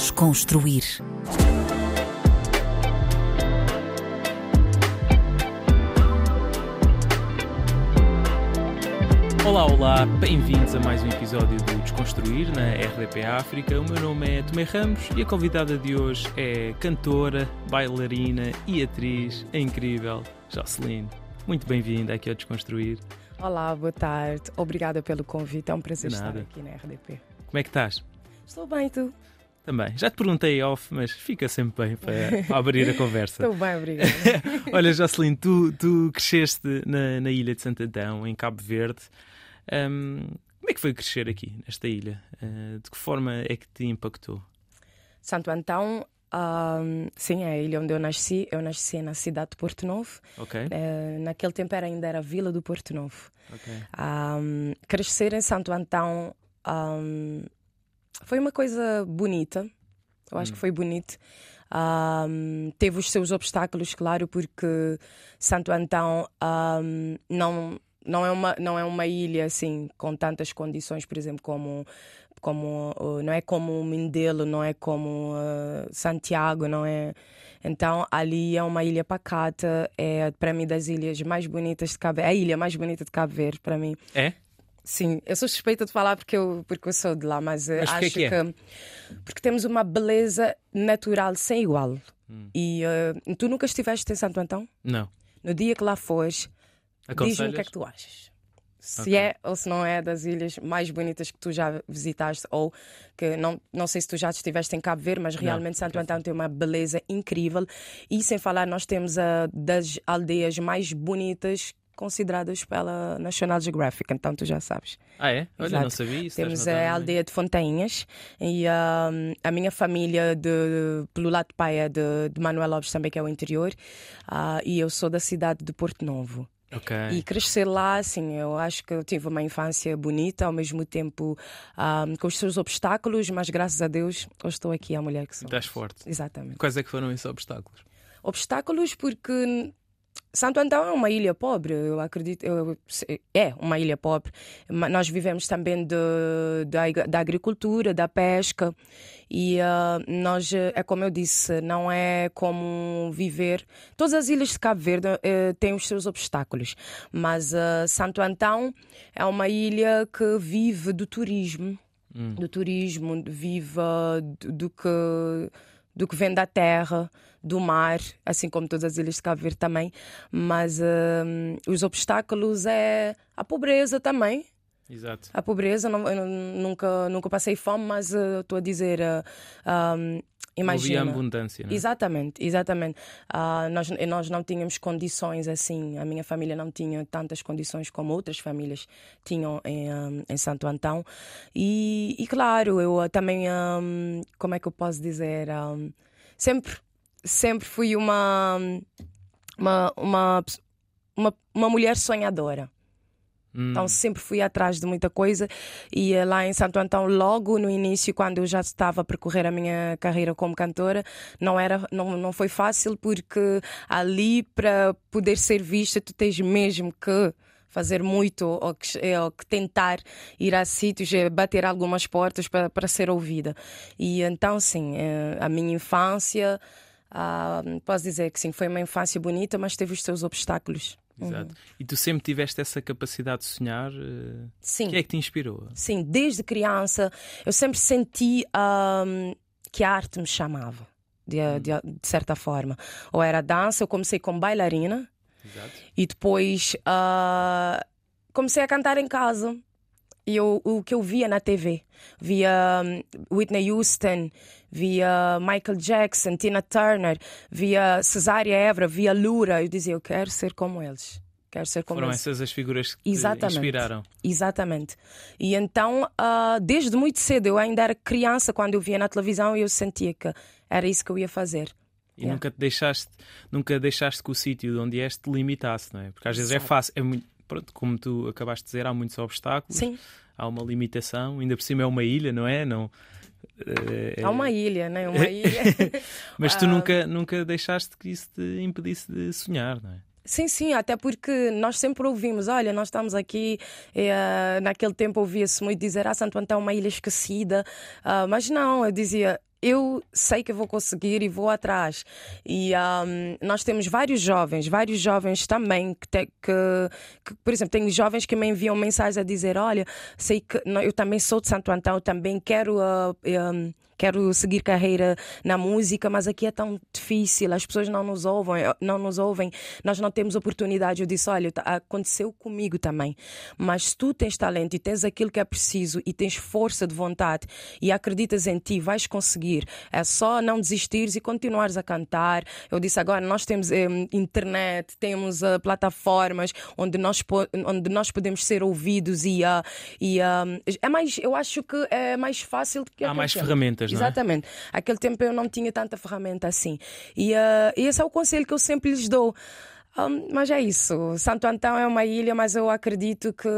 Desconstruir. Olá, olá, bem-vindos a mais um episódio do Desconstruir na RDP África. O meu nome é Tomé Ramos e a convidada de hoje é cantora, bailarina e atriz, a incrível Jocelyn. Muito bem-vinda aqui ao Desconstruir. Olá, boa tarde. Obrigada pelo convite, é um prazer estar aqui na RDP. Como é que estás? Estou bem, tu? Também. Já te perguntei off, mas fica sempre bem para abrir a conversa. Estou bem, obrigada. Olha, Jocelyn, tu cresceste na ilha de Santo Antão, em Cabo Verde. Como é que foi crescer aqui, nesta ilha? De que forma é que te impactou? Santo Antão, sim, é a ilha onde eu nasci. Eu nasci na cidade de Porto Novo. Ok. Naquele tempo ainda era a Vila do Porto Novo. Ok. Crescer em Santo Antão foi uma coisa bonita. Eu acho que foi bonito. Teve os seus obstáculos, claro, porque Santo Antão não é uma ilha assim com tantas condições, por exemplo, como não é como Mindelo, não é como Santiago, não é. Então ali é uma ilha pacata, é para mim das ilhas mais bonitas de Cabo Verde, é a ilha mais bonita de Cabo Verde para mim. É? Sim, eu sou suspeita de falar porque eu sou de lá, mas acho que porque temos uma beleza natural sem igual. E tu nunca estiveste em Santo Antão? Não. No dia que lá fores, diz-me o que é que tu achas. Se é ou se não é das ilhas mais bonitas que tu já visitaste, ou que não sei se tu já estiveste em Cabo Verde, mas realmente Santo Antão tem uma beleza incrível. E sem falar, nós temos das aldeias mais bonitas consideradas pela National Geographic, então tu já sabes. Ah, é? Olha, Exato. não sabia isso. Temos a aldeia de Fontainhas e a minha família, pelo lado de pai, é de Manuel Lopes também, que é o interior, e eu sou da cidade de Porto Novo. Ok. E crescer lá, assim, eu acho que eu tive uma infância bonita, ao mesmo tempo com os seus obstáculos, mas graças a Deus eu estou aqui, a mulher que sou. Estás forte. Exatamente. Quais é que foram esses obstáculos? Obstáculos porque Santo Antão é uma ilha pobre, eu acredito, é uma ilha pobre. Nós vivemos também da agricultura, da pesca e nós, é como eu disse, não é como viver. Todas as ilhas de Cabo Verde têm os seus obstáculos, mas Santo Antão é uma ilha que vive do turismo, vive do que vem da terra, do mar, assim como todas as ilhas de Cabo Verde também, mas os obstáculos é a pobreza também. Exato. A pobreza, eu nunca passei fome, mas estou a dizer, imagina. Havia abundância, não é? Exatamente. Nós não tínhamos condições assim, a minha família não tinha tantas condições como outras famílias tinham em Santo Antão. E claro, eu também, como é que eu posso dizer, sempre fui uma mulher sonhadora. Então sempre fui atrás de muita coisa e lá em Santo Antão, logo no início, quando eu já estava a percorrer a minha carreira como cantora, não foi fácil, porque ali, para poder ser vista, tu tens mesmo que fazer muito ou que tentar ir a sítios, bater algumas portas para ser ouvida. E então sim, a minha infância, posso dizer que sim, foi uma infância bonita, mas teve os seus obstáculos. Exato. E tu sempre tiveste essa capacidade de sonhar? Sim. O que é que te inspirou? Sim, desde criança eu sempre senti que a arte me chamava, de certa forma. Ou era dança, eu comecei como bailarina. Exato. E depois comecei a cantar em casa. E o que eu via na TV, via Whitney Houston, via Michael Jackson, Tina Turner, via Cesária Évora, via Lura, eu dizia, eu quero ser como eles. Foram essas as figuras que te inspiraram? Exatamente. E então, desde muito cedo, eu ainda era criança, quando eu via na televisão, e eu sentia que era isso que eu ia fazer. E nunca deixaste que o sítio de onde és te limitasse, não é? Porque às vezes Exato. é fácil, é muito, pronto, como tu acabaste de dizer, há muitos obstáculos. Sim. Há uma limitação, ainda por cima é uma ilha, não é? É uma ilha, não é? Uma ilha. Mas tu nunca deixaste que isso te impedisse de sonhar, não é? Sim, até porque nós sempre ouvimos, olha, nós estamos aqui, naquele tempo ouvia-se muito dizer, Santo Antão é uma ilha esquecida, mas não, eu dizia, eu sei que vou conseguir e vou atrás. E nós temos vários jovens também que, por exemplo, tenho jovens que me enviam mensagens a dizer: olha, sei que eu também sou de Santo Antão, também quero seguir carreira na música, mas aqui é tão difícil, as pessoas não nos ouvem, nós não temos oportunidade. Eu disse: olha, aconteceu comigo também, mas se tu tens talento e tens aquilo que é preciso e tens força de vontade e acreditas em ti, vais conseguir. É só não desistires e continuares a cantar. Eu disse: agora nós temos internet, temos plataformas onde nós podemos ser ouvidos é mais, eu acho que é mais fácil do que há mais ferramentas, não é? Exatamente. Aquele tempo eu não tinha tanta ferramenta assim. E esse é o conselho que eu sempre lhes dou. Mas é isso. Santo Antão é uma ilha, mas eu acredito que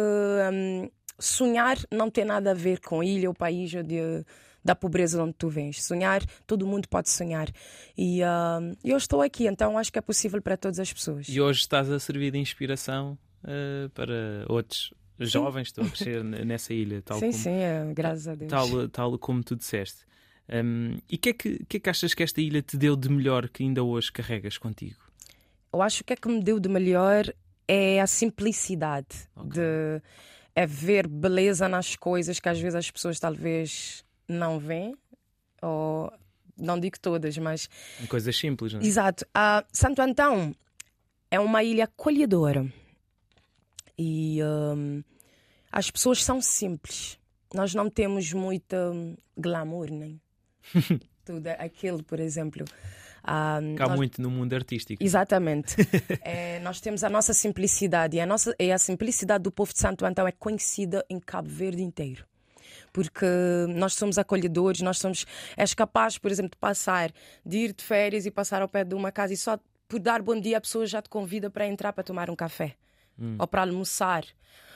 sonhar não tem nada a ver com ilha ou país da pobreza de onde tu vens. Sonhar, todo mundo pode sonhar. E eu estou aqui, então acho que é possível para todas as pessoas. E hoje estás a servir de inspiração para outros jovens que estão a crescer nessa ilha. Graças a Deus. Tal como tu disseste. E o que é que achas que esta ilha te deu de melhor que ainda hoje carregas contigo? Eu acho que o que é que me deu de melhor é a simplicidade. É ver beleza nas coisas que às vezes as pessoas talvez não veem, ou não digo todas, mas em coisas simples, não é? Exato. Santo Antão é uma ilha acolhedora e as pessoas são simples. Nós não temos muito glamour, nem tudo aquilo, por exemplo. Há muito no mundo artístico. Exatamente. Nós temos a nossa simplicidade e a simplicidade do povo de Santo Antão é conhecida em Cabo Verde inteiro. Porque nós somos acolhedores, és capaz, por exemplo, de ir de férias e passar ao pé de uma casa e só por dar bom dia a pessoa já te convida para entrar para tomar um café ou para almoçar.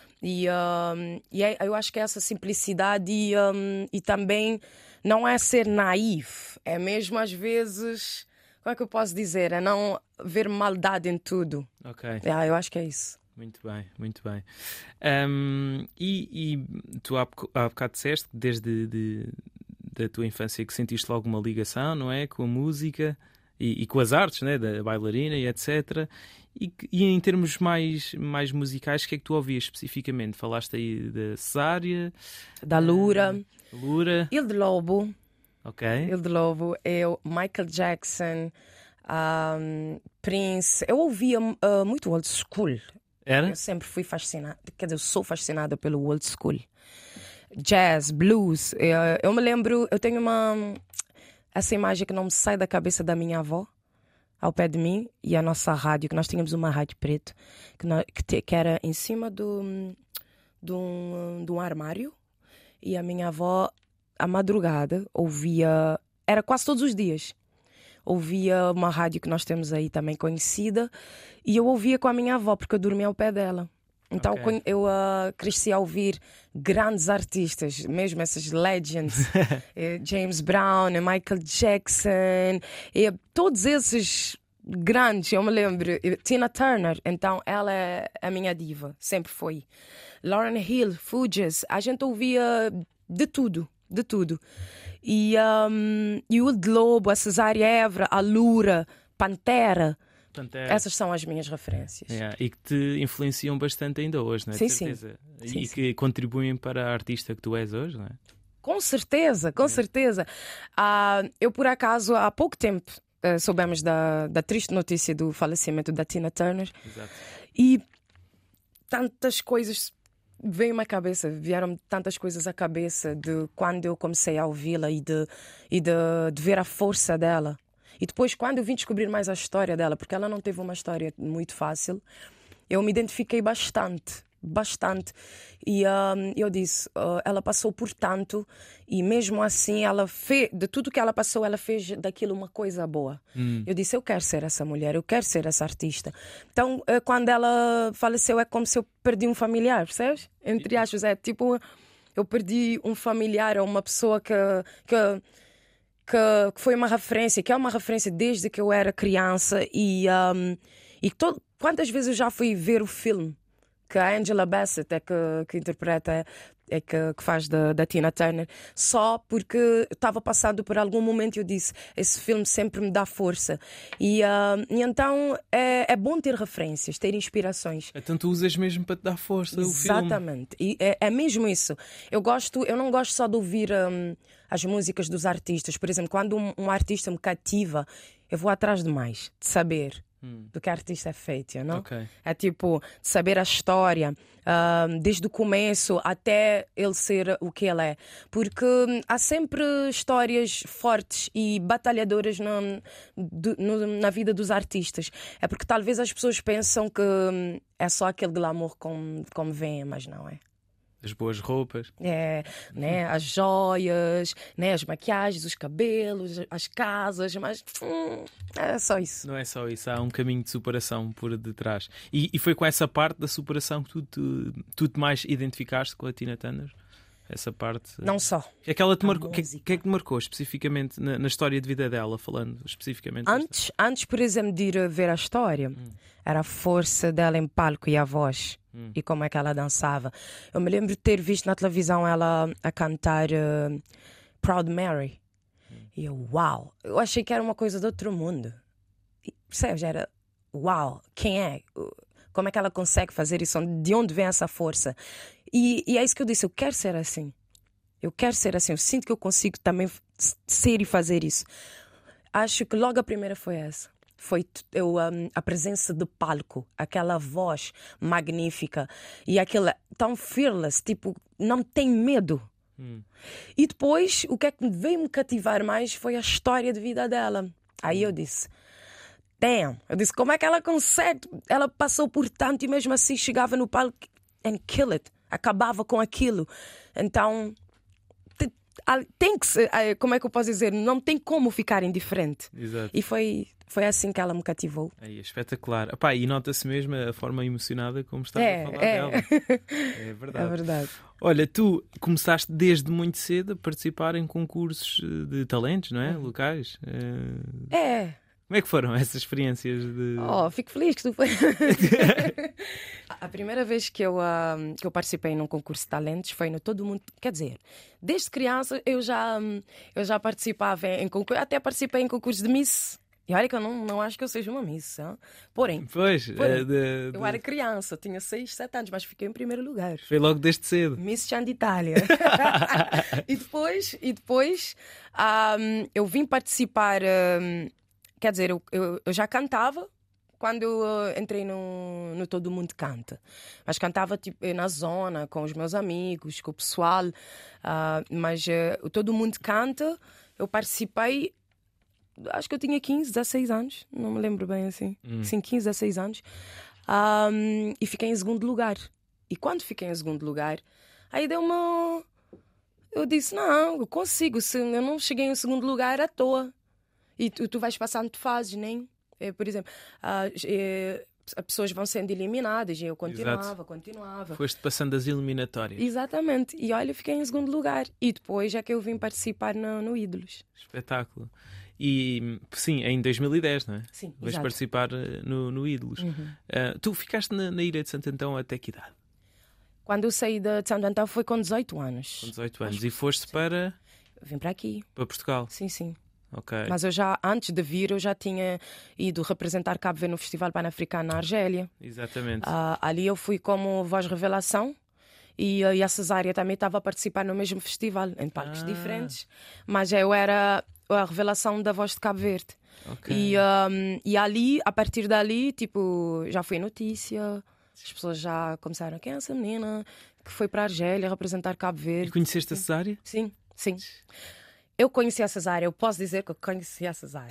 Eu acho que é essa simplicidade e também não é ser naif, é mesmo às vezes, como é que eu posso dizer? É não ver maldade em tudo. Ok. Eu acho que é isso. Muito bem, muito bem. E tu há bocado disseste que desde da tua infância que sentiste logo uma ligação, não é? Com a música e com as artes, né? Da bailarina e etc. E em termos mais musicais, o que é que tu ouvias especificamente? Falaste aí da Cesária, da Lura, Ilde Lobo. Ok. Ilde Lobo, Michael Jackson, Prince. Eu ouvia muito old school. Era? Eu sempre fui fascinada, quer dizer, eu sou fascinada pelo old school. Jazz, blues. Eu me lembro, eu tenho essa imagem que não me sai da cabeça da minha avó, ao pé de mim, e a nossa rádio, que nós tínhamos uma rádio preto, que era em cima de um armário, e a minha avó, à madrugada, ouvia, era quase todos os dias, ouvia uma rádio que nós temos aí também conhecida, e eu ouvia com a minha avó, porque eu dormia ao pé dela. Então eu cresci a ouvir grandes artistas, mesmo essas legends, James Brown, Michael Jackson, todos esses grandes, eu me lembro, Tina Turner, então ela é a minha diva, sempre foi. Lauryn Hill, Fugees, a gente ouvia de tudo. E o Ilde Lobo, a Cesária Évora, a Lura, Pantera. Essas são as minhas referências. E que te influenciam bastante ainda hoje, não é? Sim, certeza. Sim. Que contribuem para a artista que tu és hoje, não é? Com certeza. Eu, por acaso, há pouco tempo soubemos da triste notícia do falecimento da Tina Turner. Exato. E tantas coisas vieram tantas coisas à cabeça de quando eu comecei a ouvi-la e de ver a força dela. E depois, quando eu vim descobrir mais a história dela, porque ela não teve uma história muito fácil, eu me identifiquei bastante. E eu disse, ela passou por tanto, e mesmo assim, de tudo que ela passou, ela fez daquilo uma coisa boa. Eu disse, eu quero ser essa mulher, eu quero ser essa artista. Então, quando ela faleceu, é como se eu perdi um familiar, percebes? Entre aspas, é tipo, eu perdi um familiar ou uma pessoa que foi uma referência, que é uma referência desde que eu era criança. Quantas vezes eu já fui ver o filme que a Angela Bassett que interpreta, que faz da Tina Turner, só porque estava passando por algum momento e eu disse, esse filme sempre me dá força. E então é bom ter referências, ter inspirações. Então tu usas mesmo para te dar força. Exatamente. E é mesmo isso. Eu não gosto só de ouvir as músicas dos artistas. Por exemplo, quando um artista me cativa, eu vou atrás de mais, de saber do que a artista é feito, não? Okay. É tipo, de saber a história, desde o começo até ele ser o que ele é. Porque há sempre histórias fortes e batalhadoras na vida dos artistas. É porque talvez as pessoas pensam que é só aquele glamour como vem, mas não é. As boas roupas. Né? As joias, né? As maquiagens, os cabelos, as casas, mas é só isso. Não é só isso, há um caminho de superação por detrás. E foi com essa parte da superação que tu te mais identificaste com a Tina Turner? Essa parte. Não só. Aquela te marcou, que é que te marcou especificamente na história de vida dela, falando especificamente? Antes, por exemplo, de ir ver a história, era a força dela em palco e a voz. E como é que ela dançava. Eu me lembro de ter visto na televisão ela a cantar Proud Mary. E uau! Eu achei que era uma coisa de outro mundo. Percebes? Era uau! Quem é? Como é que ela consegue fazer isso? De onde vem essa força? E é isso que eu disse. Eu quero ser assim. Eu quero ser assim. Eu sinto que eu consigo também ser e fazer isso. Acho que logo a primeira foi essa. Foi a presença de palco, aquela voz magnífica e aquela tão fearless, tipo, não tem medo. E depois, o que é que veio me cativar mais foi a história de vida dela. Aí eu disse, damn, como é que ela consegue? Ela passou por tanto e mesmo assim chegava no palco and kill it, acabava com aquilo. Então tem que ser, como é que eu posso dizer? Não tem como ficar indiferente. Exato. E foi assim que ela me cativou. Aí, espetacular. Epá, e nota-se mesmo a forma emocionada como estás a falar dela. É verdade. É verdade. Olha, tu começaste desde muito cedo a participar em concursos de talentos, não é? Locais. Como é que foram essas experiências de... Fico feliz que tu foi. A primeira vez que eu participei num concurso de talentos foi no Todo Mundo. Quer dizer, desde criança eu já participava em concursos, até participei em concursos de Miss. E olha que eu não acho que eu seja uma Miss. Hein? Porém, eu era criança, tinha 6, 7 anos, mas fiquei em primeiro lugar. Foi logo desde cedo. Miss Chan de Itália. E depois eu vim participar. Quer dizer, eu já cantava quando eu entrei no Todo Mundo Canta. Mas cantava tipo, na zona, com os meus amigos, com o pessoal. Mas o Todo Mundo Canta, eu participei, acho que eu tinha 15, 16 anos. Não me lembro bem assim. Sim, 15, 16 anos. E fiquei em segundo lugar. E quando fiquei em segundo lugar, aí deu uma... Eu disse, não, eu consigo. Se eu não cheguei em segundo lugar à toa. E tu vais passando de fases, nem? Por exemplo, as pessoas vão sendo eliminadas e eu continuava. Foste passando as eliminatórias. Exatamente. E olha, fiquei em segundo lugar. E depois é que eu vim participar no Ídolos. Espetáculo. E sim, em 2010, não é? Sim, vais exato. Participar no Ídolos. Tu ficaste na Ilha de Santo Antão até que idade? Quando eu saí de Santo Antão foi com 18 anos. Com 18 anos. E foste para... Vim para aqui. Para Portugal? Sim. Okay. Mas antes de vir, eu já tinha ido representar Cabo Verde no Festival Pan-Africano na Argélia. Exatamente. Ali eu fui como voz revelação e a Cesária também estava a participar no mesmo festival, em palcos diferentes. Mas eu era a revelação da voz de Cabo Verde. Okay. E ali, a partir dali, tipo, já foi notícia. As pessoas já começaram, quem é essa menina que foi para a Argélia representar Cabo Verde? E conheceste a Cesária? Sim. Eu conheci a Cesária, eu posso dizer que eu conheci a Cesária.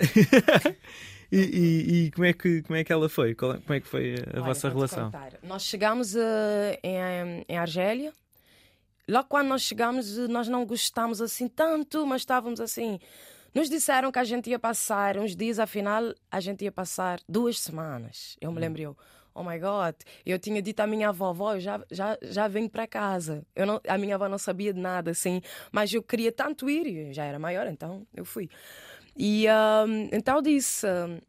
E como é que ela foi? Como é que foi a vossa relação? Nós chegámos em Argélia. Logo quando nós chegámos, nós não gostámos assim tanto, mas estávamos assim. Nos disseram que a gente ia passar uns dias, afinal, a gente ia passar 2 semanas. Eu me lembro, oh my God, eu tinha dito à minha avó, eu já venho para casa. A minha avó não sabia de nada, assim, mas eu queria tanto ir, e já era maior, então eu fui. E então eu disse,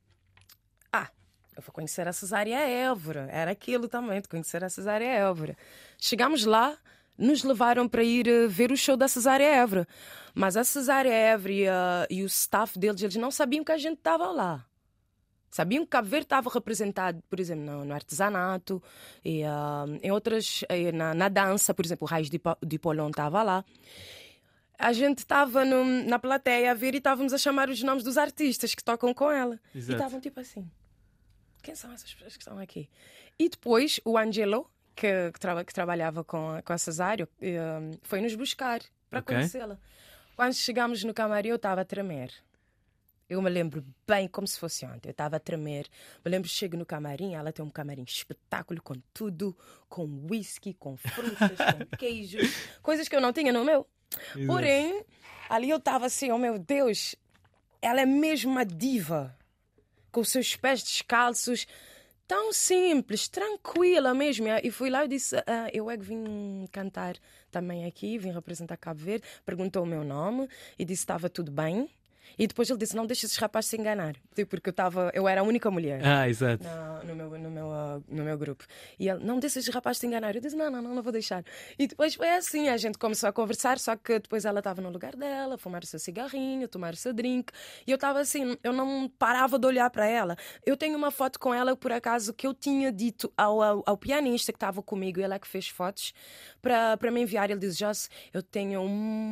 eu vou conhecer a Cesária Évora, era aquilo também, de conhecer a Cesária Évora. Chegámos lá, nos levaram para ir ver o show da Cesária Évora. Mas a Cesária Évora e o staff deles, eles não sabiam que a gente estava lá. Sabiam que Cabo Verde estava representado, por exemplo, no artesanato, e, em outras, na dança, por exemplo, o Raiz de Polon estava lá. A gente estava na plateia a ver e estávamos a chamar os nomes dos artistas que tocam com ela. Exato. E estavam tipo assim: quem são essas pessoas que estão aqui? E depois o Angelo, que trabalhava com a Cesário, foi nos buscar para conhecê-la. Quando chegámos no camarim, eu estava a tremer. Eu me lembro bem como se fosse ontem. Eu estava a tremer. Me lembro que chego no camarim, ela tem um camarim espetáculo com tudo, com whisky, com frutas, com queijos, coisas que eu não tinha no meu. Exato. Porém, ali eu estava assim, oh meu Deus, ela é mesmo uma diva, com os seus pés descalços, tão simples, tranquila mesmo. E fui lá e disse, eu é que vim cantar também aqui, vim representar Cabo Verde. Perguntou o meu nome e disse que estava tudo bem. E depois ele disse, não deixe esses rapazes se enganar. Porque eu era a única mulher exato. no meu grupo. E ele, não deixe esses rapazes se enganar. Eu disse, não vou deixar. E depois foi assim, a gente começou a conversar, só que depois ela estava no lugar dela, fumar o seu cigarrinho, tomar o seu drink. E eu estava assim, eu não parava de olhar para ela. Eu tenho uma foto com ela, por acaso, que eu tinha dito ao pianista que estava comigo, ele é que fez fotos, para me enviar. Ele disse, Joss, eu tenho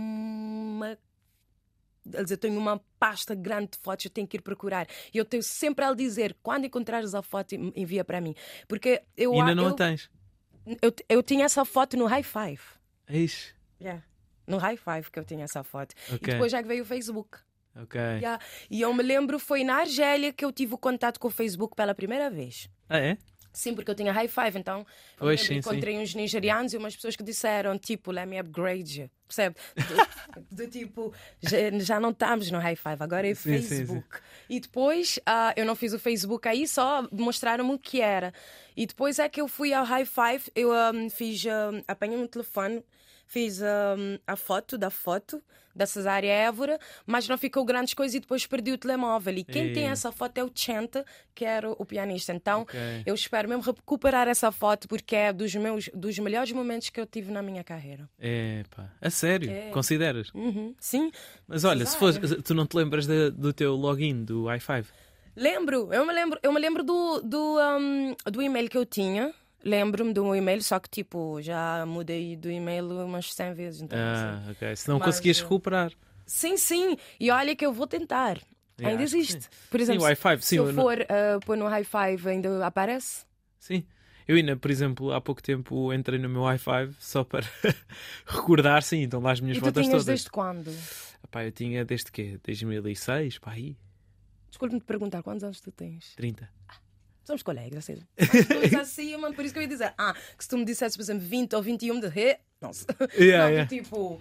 eu tenho uma pasta grande de fotos, eu tenho que ir procurar. E eu tenho sempre a lhe dizer, quando encontrares a foto, envia para mim. Porque eu ainda não a tens? Eu tinha essa foto no High Five. Ixi. Yeah. No High Five que eu tinha essa foto. Okay. E depois já que veio o Facebook. Ok. Yeah. E eu me lembro, foi na Argélia que eu tive o contato com o Facebook pela primeira vez. Ah, é? Sim, porque eu tinha High Five, então encontrei uns nigerianos e umas pessoas que disseram, tipo, let me upgrade you, percebe? Do tipo, já não estamos no High Five, agora é Facebook. Sim. E depois, eu não fiz o Facebook aí, só mostraram-me o que era. E depois é que eu fui ao High Five, eu apanhei um telefone, fiz a foto da Cesária Évora, mas não ficou grandes coisas e depois perdi o telemóvel. E quem tem essa foto é o Chente, que era o pianista. Então, eu espero mesmo recuperar essa foto porque é dos melhores momentos que eu tive na minha carreira. A sério? Consideras? Sim. Mas olha, se fosse, tu não te lembras do teu login do i5? Lembro. Eu me lembro do e-mail que eu tinha. Lembro-me do e-mail, só que tipo, já mudei do e-mail umas 100 vezes. Então, ok. Se não conseguias recuperar. Sim. E olha que eu vou tentar. Ainda existe. Por exemplo, sim, o i5, se eu for pôr no High Five, ainda aparece? Sim. Eu ainda, por exemplo, há pouco tempo entrei no meu i5 só para recordar, sim, então lá as minhas fotos todas. E tu tinhas desde quando? Eu tinha desde quê? 2006, pá, aí. Desculpe-me de perguntar, quantos anos tu tens? 30. Somos colegas, assim. Acima, por isso que eu ia dizer, que se tu me dissesse, por exemplo, 20 ou 21, nossa. Tipo,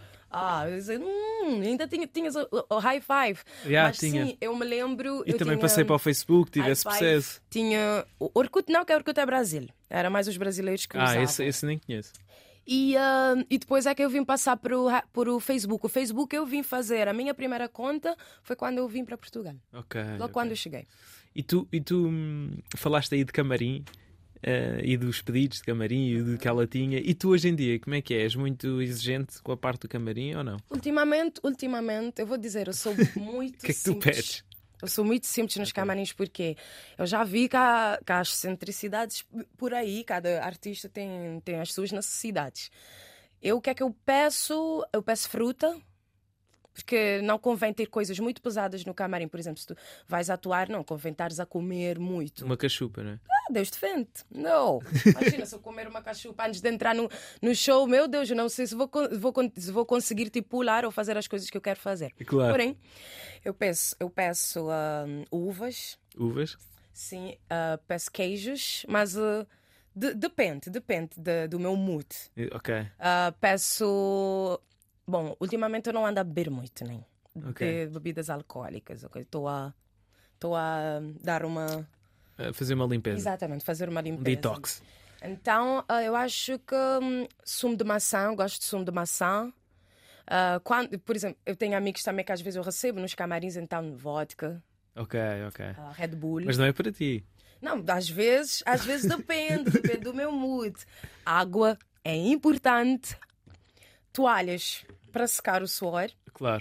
ainda tinhas o High Five. Mas tinha. Sim, eu me lembro. E também passei para o Facebook, tive esse processo. Tinha o Orkut, não, que o Orkut é Brasil. Era mais os brasileiros que usavam. Esse nem conheço. E depois é que eu vim passar por o Facebook. O Facebook eu vim fazer. A minha primeira conta foi quando eu vim para Portugal. Logo quando eu cheguei. E tu falaste aí de camarim e dos pedidos de camarim e do que ela tinha. E tu hoje em dia, como é que é? És muito exigente com a parte do camarim ou não? Ultimamente, eu vou dizer, eu sou muito que é que tu pedes? Eu sou muito simples nos camarins porque eu já vi que há as excentricidades por aí, cada artista tem as suas necessidades. O que é que eu peço? Eu peço fruta. Porque não convém ter coisas muito pesadas no camarim. Por exemplo, se tu vais atuar, não convém estares a comer muito. Uma cachupa, não é? Deus defende. Não. Imagina se eu comer uma cachupa antes de entrar no show. Meu Deus, eu não sei se vou conseguir tipo, pular ou fazer as coisas que eu quero fazer. Claro. Porém, eu peço uvas. Uvas? Sim. Peço queijos. Mas depende do meu mood. Ok. Peço... Bom, ultimamente eu não ando a beber muito, nem de bebidas alcoólicas. Estou a dar uma... fazer uma limpeza. Exatamente, fazer uma limpeza. Um detox. Então, eu acho que sumo de maçã, gosto de sumo de maçã. Por exemplo, eu tenho amigos também que às vezes eu recebo nos camarins, então, vodka. Ok. Red Bull. Mas não é para ti. Não, às vezes depende do meu mood. Água é importante. toalhas para secar o suor. Claro.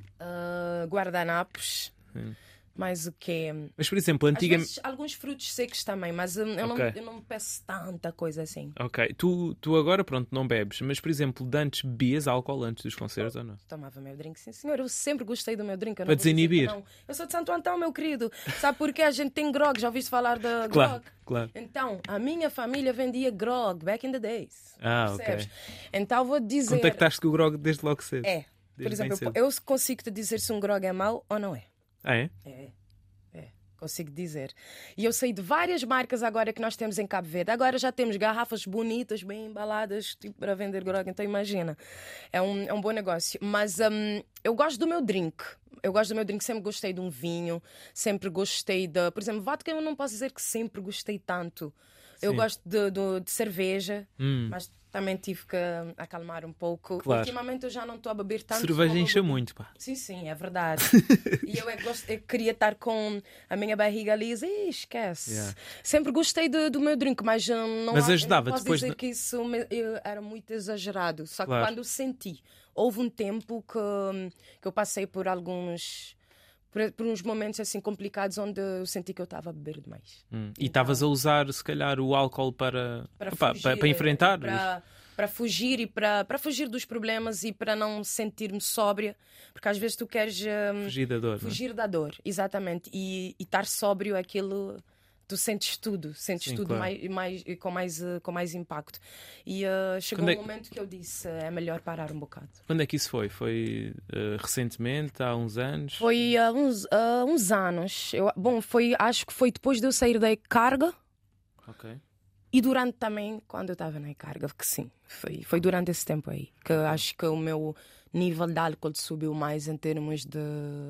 Guardanapos. Sim. Mais o quê? Mas, por exemplo, antigamente... Às vezes, alguns frutos secos também, mas eu não peço tanta coisa assim. Ok. Tu agora, pronto, não bebes, mas, por exemplo, de antes bebias álcool antes dos concertos ou não? Tomava meu drink, sim, senhor. Eu sempre gostei do meu drink. Para desinibir? Eu sou de Santo Antão, meu querido. Sabe porquê? A gente tem grog. Já ouviste falar de Claro, grog? claro. Então, a minha família vendia grog back in the days. Ok. Então, vou dizer... Contactaste com o grog desde logo cedo? É. Por exemplo, eu consigo te dizer se um grog é mau ou não é. Ah, é? É. Consigo dizer. E eu sei de várias marcas agora que nós temos em Cabo Verde. Agora já temos garrafas bonitas, bem embaladas, tipo, para vender grog. Então imagina. É um bom negócio. Mas eu gosto do meu drink. Sempre gostei de um vinho. Sempre gostei de... Por exemplo, vodka eu não posso dizer que sempre gostei tanto. Sim. Eu gosto de cerveja. Mas também tive que acalmar um pouco. Claro. Ultimamente eu já não estou a beber tanto. Cerveja enche muito, pá. Sim, é verdade. E eu queria estar com a minha barriga lisa e esquece. Yeah. Sempre gostei do meu drink, mas não ajudava posso depois dizer que isso era muito exagerado. Só que claro. quando senti, houve um tempo que eu passei por uns momentos assim complicados onde eu senti que eu estava a beber demais. E estavas a usar, se calhar, o álcool para enfrentar? Para fugir e para fugir dos problemas e para não sentir-me sóbria, porque às vezes tu queres fugir da dor. Fugir da dor, exatamente. E estar sóbrio, aquilo tu sentes tudo claro. com mais impacto. E chegou um momento que eu disse, é melhor parar um bocado. Quando é que isso foi? Foi recentemente, há uns anos? Foi há uns anos. Acho que foi depois de eu sair da carga. Ok. E durante também, quando eu estava na carga, que sim, foi durante esse tempo aí que acho que o meu nível de álcool subiu mais em termos de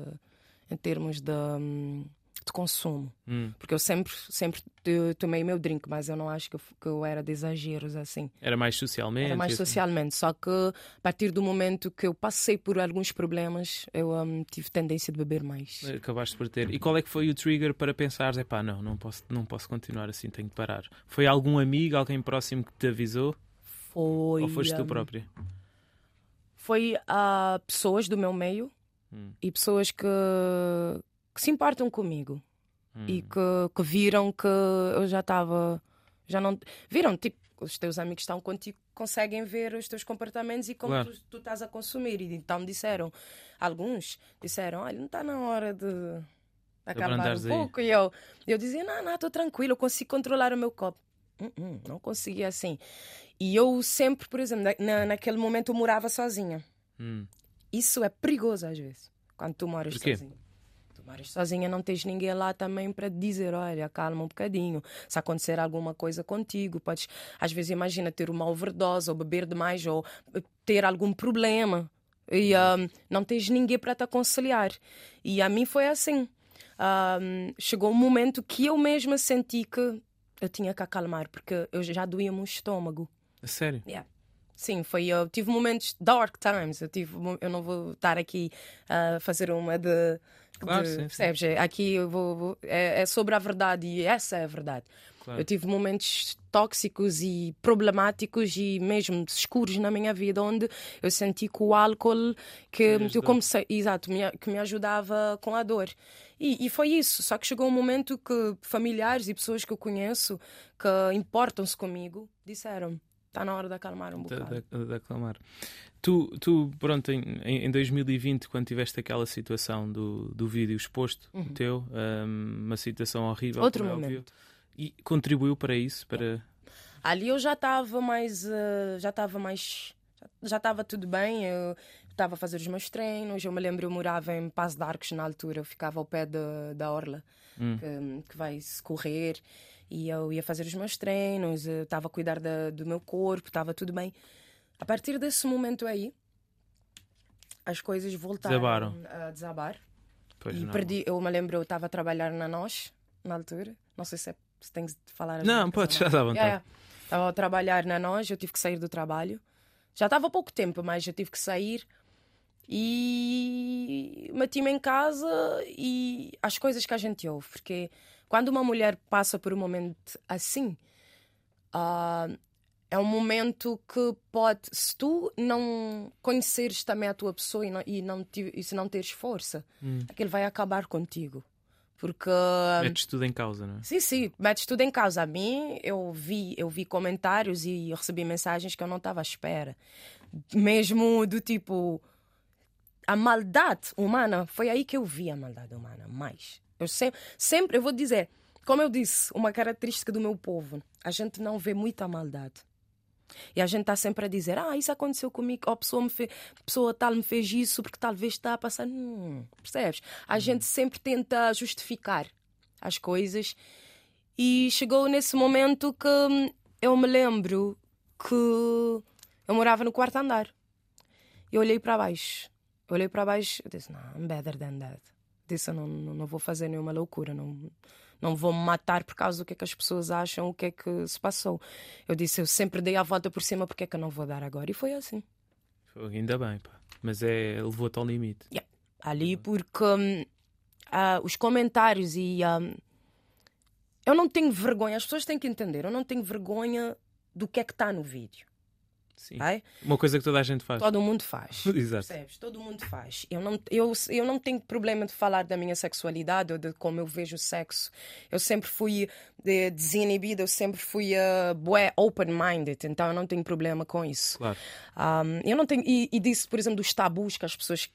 consumo. Porque eu sempre tomei meu drink, mas eu não acho que eu era de exageros assim. Era mais socialmente? Era mais socialmente, só que a partir do momento que eu passei por alguns problemas, eu tive tendência de beber mais. Acabaste por ter. E qual é que foi o trigger para pensares, não posso continuar assim, tenho que parar? Foi algum amigo, alguém próximo que te avisou? Foi... Ou foste tu própria? Foi pessoas do meu meio e pessoas que se importam comigo e que viram que eu já não viram, tipo, os teus amigos estão contigo, conseguem ver os teus comportamentos e como claro. tu estás a consumir, e então alguns disseram, olha, não está na hora de acalmar um pouco, e eu dizia, não, estou tranquilo, eu consigo controlar o meu copo. Não conseguia assim. E eu sempre, por exemplo, naquele momento eu morava sozinha. Isso é perigoso às vezes, quando tu moras sozinha. Moras sozinha, não tens ninguém lá também para te dizer, olha, calma um bocadinho, se acontecer alguma coisa contigo, podes, às vezes, imagina ter uma overdose ou beber demais ou ter algum problema e não tens ninguém para te aconselhar. E a mim foi assim. Chegou um momento que eu mesma senti que eu tinha que acalmar, porque eu já doía-me o estômago. Sério? Yeah. Sim, eu tive momentos dark times. Eu não vou estar aqui a fazer uma de... Claro, sim. Percebes? Aqui é sobre a verdade e essa é a verdade. Claro. Eu tive momentos tóxicos e problemáticos e mesmo escuros na minha vida, onde eu senti que o álcool que me ajudava com a dor. E foi isso. Só que chegou um momento que familiares e pessoas que eu conheço que importam-se comigo disseram: está na hora de acalmar um bocado. De acalmar. Tu pronto, em 2020, quando tiveste aquela situação do vídeo exposto, teu, uma situação horrível. Outro momento. Óbvio, e contribuiu para isso? Ali eu já estava já estava tudo bem. Eu estava a fazer os meus treinos. Eu me lembro, eu morava em Passo de Arcos na altura. Eu ficava ao pé da orla que vai se correr. E eu ia fazer os meus treinos, eu estava a cuidar do meu corpo, estava tudo bem. A partir desse momento aí, as coisas voltaram a desabar. Pois e não. perdi. Eu me lembro, eu estava a trabalhar na NOS, na altura. Não sei se tens de falar. Não, podes, já estava. Estava a trabalhar na NOS, eu tive que sair do trabalho. Já estava há pouco tempo, mas eu tive que sair. E meti-me em casa e as coisas que a gente ouve. Porque quando uma mulher passa por um momento assim, é um momento que pode, se tu não conheceres também a tua pessoa e se não teres força, aquilo vai acabar contigo. Porque metes tudo em causa, não é? Sim, metes tudo em causa. A mim, eu vi comentários e eu recebi mensagens que eu não estava à espera. Mesmo do tipo, a maldade humana, foi aí que eu vi a maldade humana mais. Eu sempre, eu vou dizer, como eu disse, uma característica do meu povo, a gente não vê muita maldade. E a gente está sempre a dizer, isso aconteceu comigo, ou pessoa tal me fez isso porque talvez está a passar. Percebes? A gente sempre tenta justificar as coisas. E chegou nesse momento que eu me lembro que eu morava no quarto andar. E eu olhei para baixo. E disse, não, I'm better than that. Disse, eu não vou fazer nenhuma loucura, não vou me matar por causa do que é que as pessoas acham, o que é que se passou. Eu disse, eu sempre dei a volta por cima, porque é que eu não vou dar agora? E foi assim. Ainda bem, pá. Mas levou-te ao limite. Yeah. Ali porque os comentários e... eu não tenho vergonha, as pessoas têm que entender, eu não tenho vergonha do que é que está no vídeo. Sim. Uma coisa que toda a gente faz. Todo mundo faz. Exato. Percebes? Todo mundo faz. Eu não tenho problema de falar da minha sexualidade ou de como eu vejo o sexo. Eu sempre fui desinibida, eu sempre fui open-minded, então eu não tenho problema com isso. Claro. Eu não tenho, e disse, por exemplo, dos tabus que as pessoas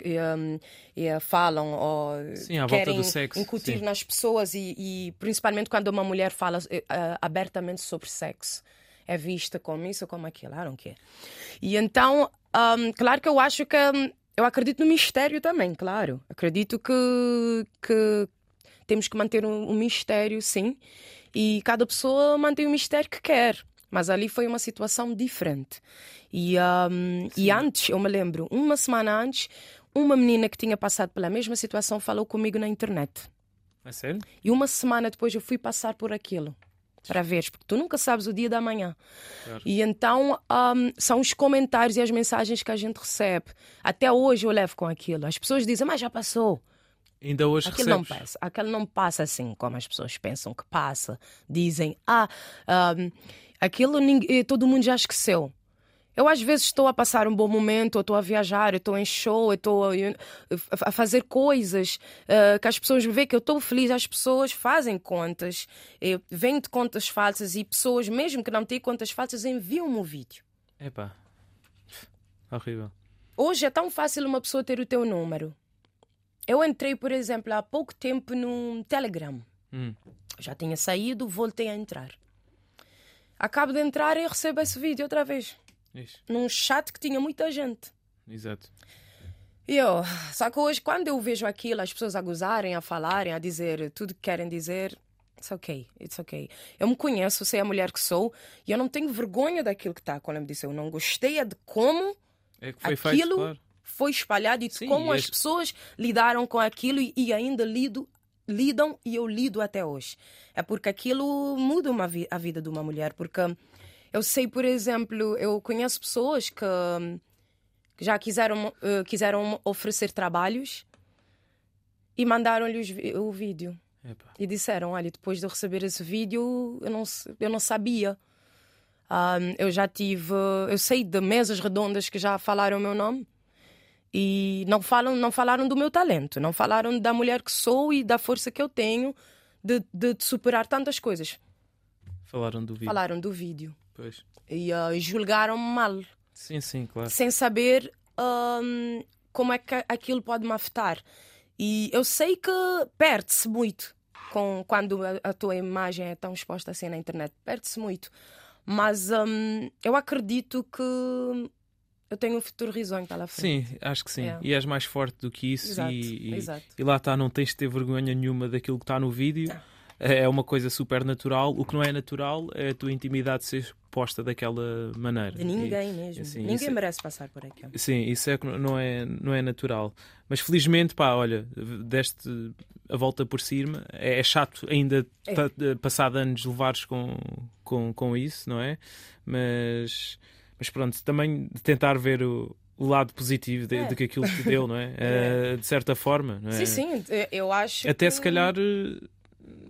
falam ou querem incutir nas pessoas e principalmente quando uma mulher fala abertamente sobre sexo. É vista como isso ou como aquilo, I don't care. E então, claro que eu acho que... eu acredito no mistério também, claro. Acredito que temos que manter um mistério, sim. E cada pessoa mantém o mistério que quer. Mas ali foi uma situação diferente. E antes, eu me lembro, uma semana antes, uma menina que tinha passado pela mesma situação falou comigo na internet. É sério? E uma semana depois eu fui passar por aquilo. Para veres, porque tu nunca sabes o dia da manhã. Claro. E então são os comentários e as mensagens que a gente recebe. Até hoje eu levo com aquilo. As pessoas dizem, mas já passou. Ainda hoje recebes? Aquilo não passa assim como as pessoas pensam que passa. Dizem, aquilo todo mundo já esqueceu. Eu às vezes estou a passar um bom momento, eu estou a viajar, eu estou em show, eu estou a fazer coisas que as pessoas veem que eu estou feliz. As pessoas fazem contas, vêm de contas falsas e pessoas, mesmo que não têm contas falsas, enviam-me o vídeo. Epá, horrível. Hoje é tão fácil uma pessoa ter o teu número. Eu entrei, por exemplo, há pouco tempo no Telegram. Já tinha saído, voltei a entrar. Acabo de entrar e recebo esse vídeo outra vez. Isso. Num chat que tinha muita gente. Exato. Só que hoje, quando eu vejo aquilo, as pessoas a gozarem, a falarem, a dizer tudo que querem dizer, it's okay. Eu me conheço, sei a mulher que sou e eu não tenho vergonha daquilo que está. Quando eu me disse, eu não gostei de como foi aquilo feito, claro. Foi espalhado e de como as pessoas lidaram com aquilo e ainda lidam e eu lido até hoje. É porque aquilo muda a vida de uma mulher, porque... eu sei, por exemplo, eu conheço pessoas que já quiseram oferecer trabalhos e mandaram-lhe o vídeo. Epa. E disseram, olha, depois de eu receber esse vídeo, eu não sabia. Eu sei de mesas redondas que já falaram o meu nome e não falaram do meu talento, não falaram da mulher que sou e da força que eu tenho de superar tantas coisas. Falaram do vídeo. Pois. E julgaram-me mal. Sim, claro. Sem saber como é que aquilo pode me afetar. E eu sei que perde-se muito quando a tua imagem é tão exposta assim na internet. Perde-se muito. Mas eu acredito que eu tenho um futuro risonho pela frente. Sim, acho que sim. E és mais forte do que isso. Exato. E lá está, não tens de ter vergonha nenhuma daquilo que está no vídeo. É uma coisa super natural. O que não é natural é a tua intimidade ser exposta daquela maneira. De ninguém mesmo. Assim, ninguém merece passar por aquilo. Sim, isso é que não é natural. Mas felizmente, olha, deste a volta por cima. É chato ainda, passado anos, levares com isso, não é? Mas pronto, também tentar ver o lado positivo de que aquilo te deu, não é? De certa forma, não é? Sim, eu acho até se calhar...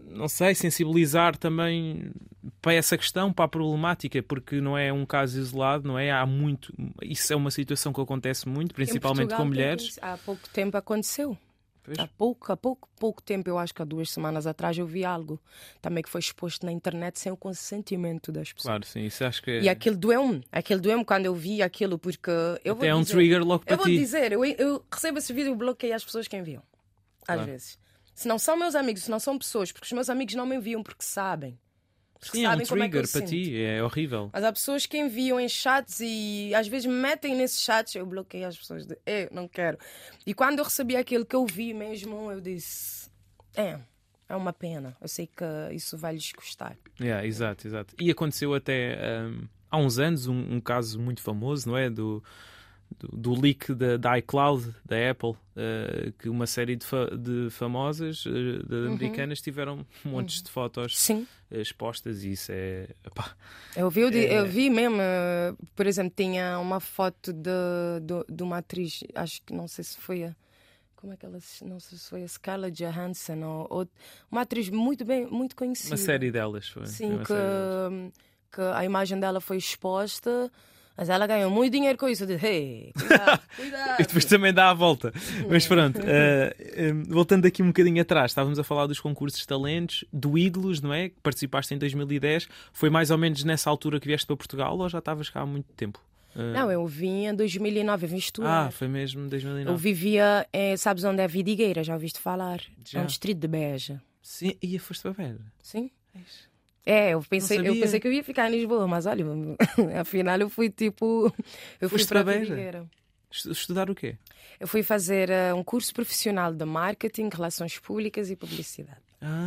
não sei, sensibilizar também para essa questão, para a problemática, porque não é um caso isolado, não é? Isso é uma situação que acontece muito, principalmente com mulheres. Há pouco tempo aconteceu. Há pouco tempo, eu acho que há 2 semanas atrás eu vi algo também que foi exposto na internet sem o consentimento das pessoas. Claro, sim, isso acho que é... E aquilo doeu-me quando eu vi aquilo, porque eu Até um trigger logo para ti. Eu vou dizer, eu recebo esse vídeo e bloqueio as pessoas que enviam, às vezes. Se não são meus amigos, se não são pessoas, porque os meus amigos não me enviam porque sabem. Sim, é um trigger para ti, é horrível. Mas há pessoas que enviam em chats e às vezes me metem nesses chats, eu bloqueio as pessoas, eu não quero. E quando eu recebi aquilo que eu vi mesmo, eu disse, é uma pena, eu sei que isso vai lhes custar. Exato. E aconteceu até há uns anos um caso muito famoso, não é? Do leak da iCloud, da Apple, que uma série de famosas americanas tiveram montes de fotos expostas, e isso é... Epá, eu vi mesmo, por exemplo, tinha uma foto de uma atriz, acho que não sei se foi como é que ela, não sei se foi a Scarlett Johansson ou uma atriz muito conhecida. Uma série delas foi. Sim, que a imagem dela foi exposta. Mas ela ganhou muito dinheiro com isso. Cuidado. E depois também dá a volta. Mas pronto, voltando aqui um bocadinho atrás, estávamos a falar dos concursos de talentos, do Ídolos, não é? Que participaste em 2010. Foi mais ou menos nessa altura que vieste para Portugal ou já estavas cá há muito tempo? Não, eu vim em 2009, eu vim estudar. Foi mesmo em 2009. Eu vivia, sabes onde é Vidigueira? Já ouviste falar? Já. É um distrito de Beja. Sim, e foste para Beja? Sim. Eu pensei que eu ia ficar em Lisboa, mas olha, afinal eu fui eu fui para Vidigueira. Estudar o quê? Eu fui fazer um curso profissional de marketing, relações públicas e publicidade.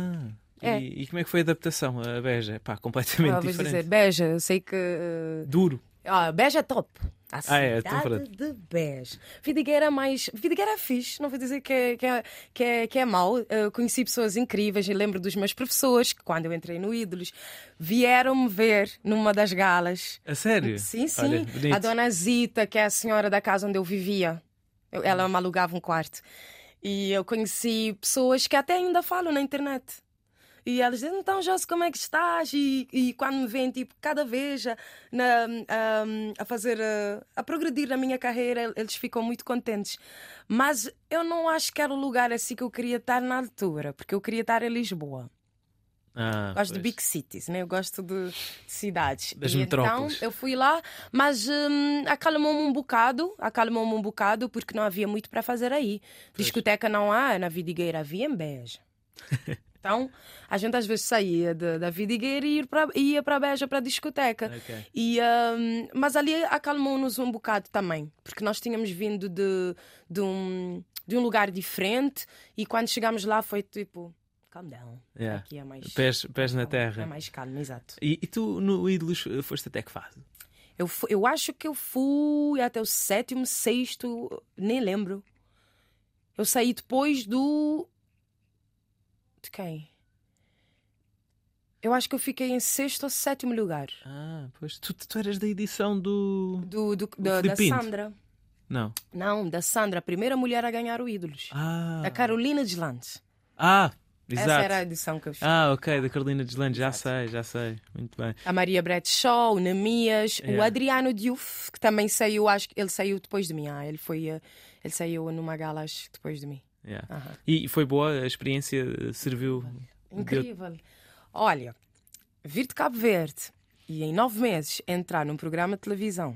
E como é que foi a adaptação a Beja? Completamente diferente. Vou dizer, Beja, eu sei que... Duro. Beja é top. A cidade de Beja. Vidigueira é fixe, não vou dizer que é mau. Eu conheci pessoas incríveis e lembro dos meus professores que, quando eu entrei no Ídolos, vieram-me ver numa das galas. A sério? Sim. Olha, a dona Zita, que é a senhora da casa onde eu vivia. Ela me alugava um quarto. E eu conheci pessoas que até ainda falam na internet. E elas dizem, então, Josi, como é que estás? E quando me veem, cada vez a progredir na minha carreira, eles ficam muito contentes. Mas eu não acho que era o lugar assim que eu queria estar na altura, porque eu queria estar em Lisboa. Gosto de big cities, né? Eu gosto de cidades. Das metrópoles. Então eu fui lá, mas acalmou-me um bocado, porque não havia muito para fazer aí. Pois. Discoteca não há, na Vidigueira havia em Beja. Então, a gente às vezes saía da Vidigueira e ia para Beja, para a discoteca. Okay. Mas ali acalmou-nos um bocado também, porque nós tínhamos vindo de um lugar diferente e quando chegámos lá foi tipo, calm down. Aqui é mais... Pés na terra. É mais calmo, exato. E tu no Ídolos foste até que fase? Eu acho que eu fui até o 7º, 6º, nem lembro. Eu saí depois do... De quem? Eu acho que eu fiquei em 6º ou 7º lugar. Pois. Tu eras da edição da Sandra. Não, da Sandra, a primeira mulher a ganhar o Ídolos. A Carolina Deslandes. Exato. Essa era a edição que eu fiz. Ok, da Carolina Deslandes, já sei. Muito bem. A Maria Bradshaw, o Nemias, o Adriano Diouf, que também saiu, acho que ele saiu depois de mim. Ele saiu numa gala depois de mim. E foi boa a experiência? Serviu? Incrível. Olha, vir de Cabo Verde e em 9 meses entrar num programa de televisão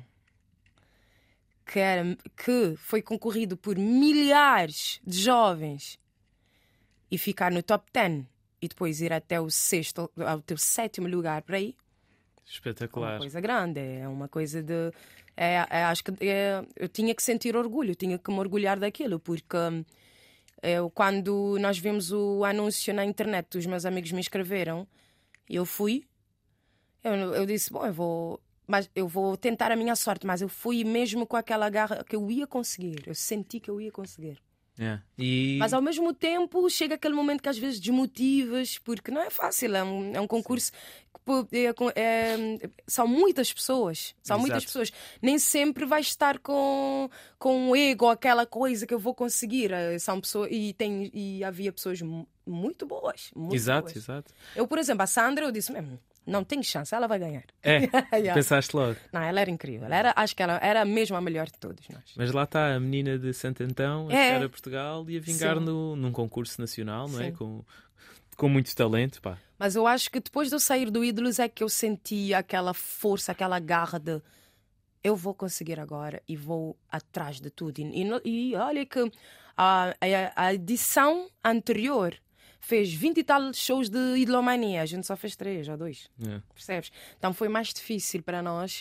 que foi concorrido por milhares de jovens e ficar no top 10 e depois ir até o 6º, ao teu 7º lugar para aí. Espetacular. É uma coisa grande, é uma coisa de... acho que eu tinha que sentir orgulho, tinha que me orgulhar daquilo, porque... quando nós vimos o anúncio na internet, os meus amigos me escreveram e eu fui. Eu disse, eu vou tentar a minha sorte, mas eu fui mesmo com aquela garra que eu ia conseguir. Eu senti que eu ia conseguir. Mas ao mesmo tempo chega aquele momento que às vezes desmotivas, porque não é fácil, é um concurso que são muitas pessoas. Nem sempre vais estar com o ego, aquela coisa que eu vou conseguir. São pessoas, e havia pessoas muito boas. Muito Exato, boas. exato. Eu, por exemplo, a Sandra, eu disse mesmo, não tem chance, ela vai ganhar. Yeah. Pensaste logo. Não, ela era incrível. Acho que ela era mesmo a melhor de todos nós. Mas lá está a menina de Santo Antão a chegar a Portugal e a vingar num concurso nacional, não é? Com muito talento, pá. Mas eu acho que depois de eu sair do Ídolos é que eu senti aquela força, aquela garra de eu vou conseguir agora e vou atrás de tudo. E olha que a edição anterior fez 20 e tal shows de Idolomania. A gente só fez 3 ou 2. Percebes? Então foi mais difícil para nós.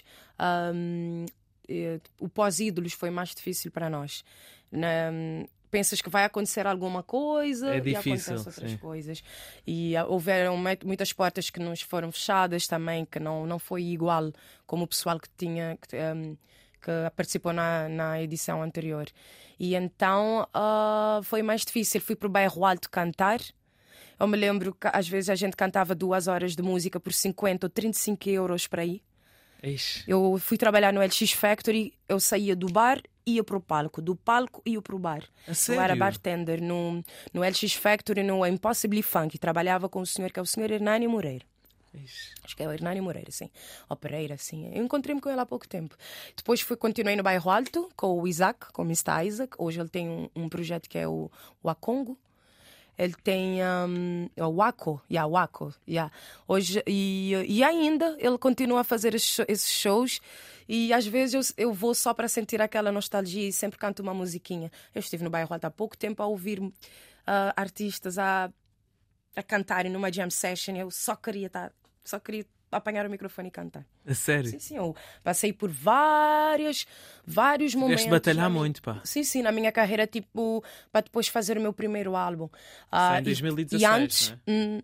O pós-Ídolos foi mais difícil para nós. Pensas que vai acontecer alguma coisa e acontecem outras coisas. E houveram muitas portas que nos foram fechadas também, que não foi igual como o pessoal que participou na edição anterior. E então foi mais difícil. Fui para o Bairro Alto cantar. Eu me lembro que às vezes a gente cantava 2 horas de música por 50 ou 35 euros para ir. Ixi. Eu fui trabalhar no LX Factory, eu saía do bar, ia para o palco, do palco ia para o bar. Eu era bartender no LX Factory, no Impossible Funk, e trabalhava com o senhor, que é o senhor Hernani Moreira. Ixi. Acho que é o Hernani Moreira, sim. Ou Pereira, sim. Eu encontrei-me com ele há pouco tempo. Depois continuei no Bairro Alto com o Isaac, com o Mr. Isaac. Hoje ele tem um projeto que é o Acongo. Ele tem o Waco. Hoje, e ainda ele continua a fazer esses shows. E às vezes eu vou só para sentir aquela nostalgia e sempre canto uma musiquinha. Eu estive no Bairro Alto há pouco tempo a ouvir artistas a cantarem numa jam session. Eu só queria apanhar o microfone e cantar. A sério? Sim, eu passei por vários momentos. Tiveste de batalhar muito, pá. Sim, na minha carreira, tipo, para depois fazer o meu primeiro álbum. Em 2016, e antes, não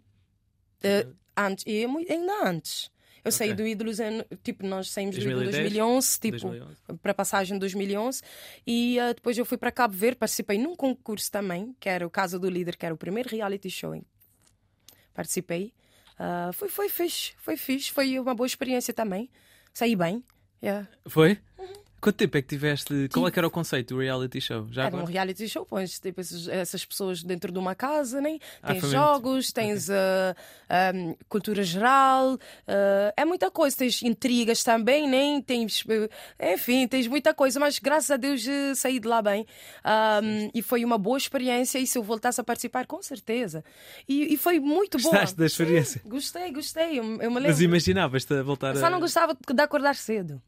é? Ainda antes. Eu saí do Ídolos, nós saímos 2010? do Ídolos em 2011, 2011. para a passagem de 2011. E depois eu fui para Cabo Verde, participei num concurso também, que era o Casa do Líder, que era o primeiro reality show. Participei. Foi fixe, foi uma boa experiência também. Saí bem. Foi? Quanto tempo é que tiveste? Qual é que era o conceito do reality show? Era um reality show, pões tipo, essas pessoas dentro de uma casa, né? Tens foi jogos, tens cultura geral, é muita coisa, tens intrigas também, né? Enfim, tens muita coisa, mas graças a Deus saí de lá bem. E foi uma boa experiência, e se eu voltasse a participar, com certeza. E foi muito bom. Gostaste da experiência? Sim, gostei, eu me lembro. Mas imaginavas-te a voltar Só não gostava de acordar cedo.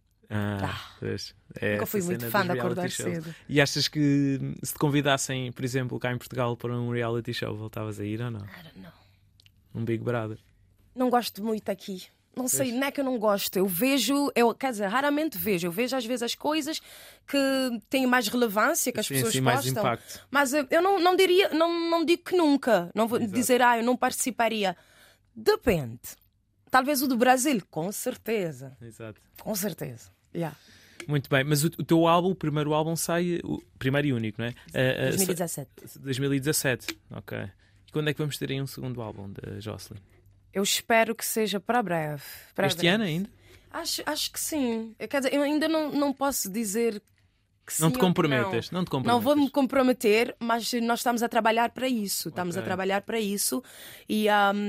Nunca fui muito fã de acordar cedo. E achas que se te convidassem, por exemplo, cá em Portugal para um reality show, voltavas a ir ou não? Não. Um Big Brother? Não gosto muito aqui. Não sei, não é que eu não gosto. Quer dizer, raramente vejo. Eu vejo às vezes as coisas que têm mais relevância, que as pessoas mais gostam. impacto. Mas eu não diria, não digo que nunca. Não vou dizer, eu não participaria. Depende. Talvez o do Brasil, com certeza. Exato. Com certeza. Muito bem, mas o teu álbum, o primeiro álbum sai, o primeiro e único, não é? 2017. 2017, ok. E quando é que vamos ter aí um segundo álbum da Jocelyn? Eu espero que seja para breve. Este ano ainda? Acho que sim. Quer dizer, eu ainda não posso dizer que sim. Não te comprometas. Não vou me comprometer, mas nós estamos a trabalhar para isso. Estamos a trabalhar para isso. E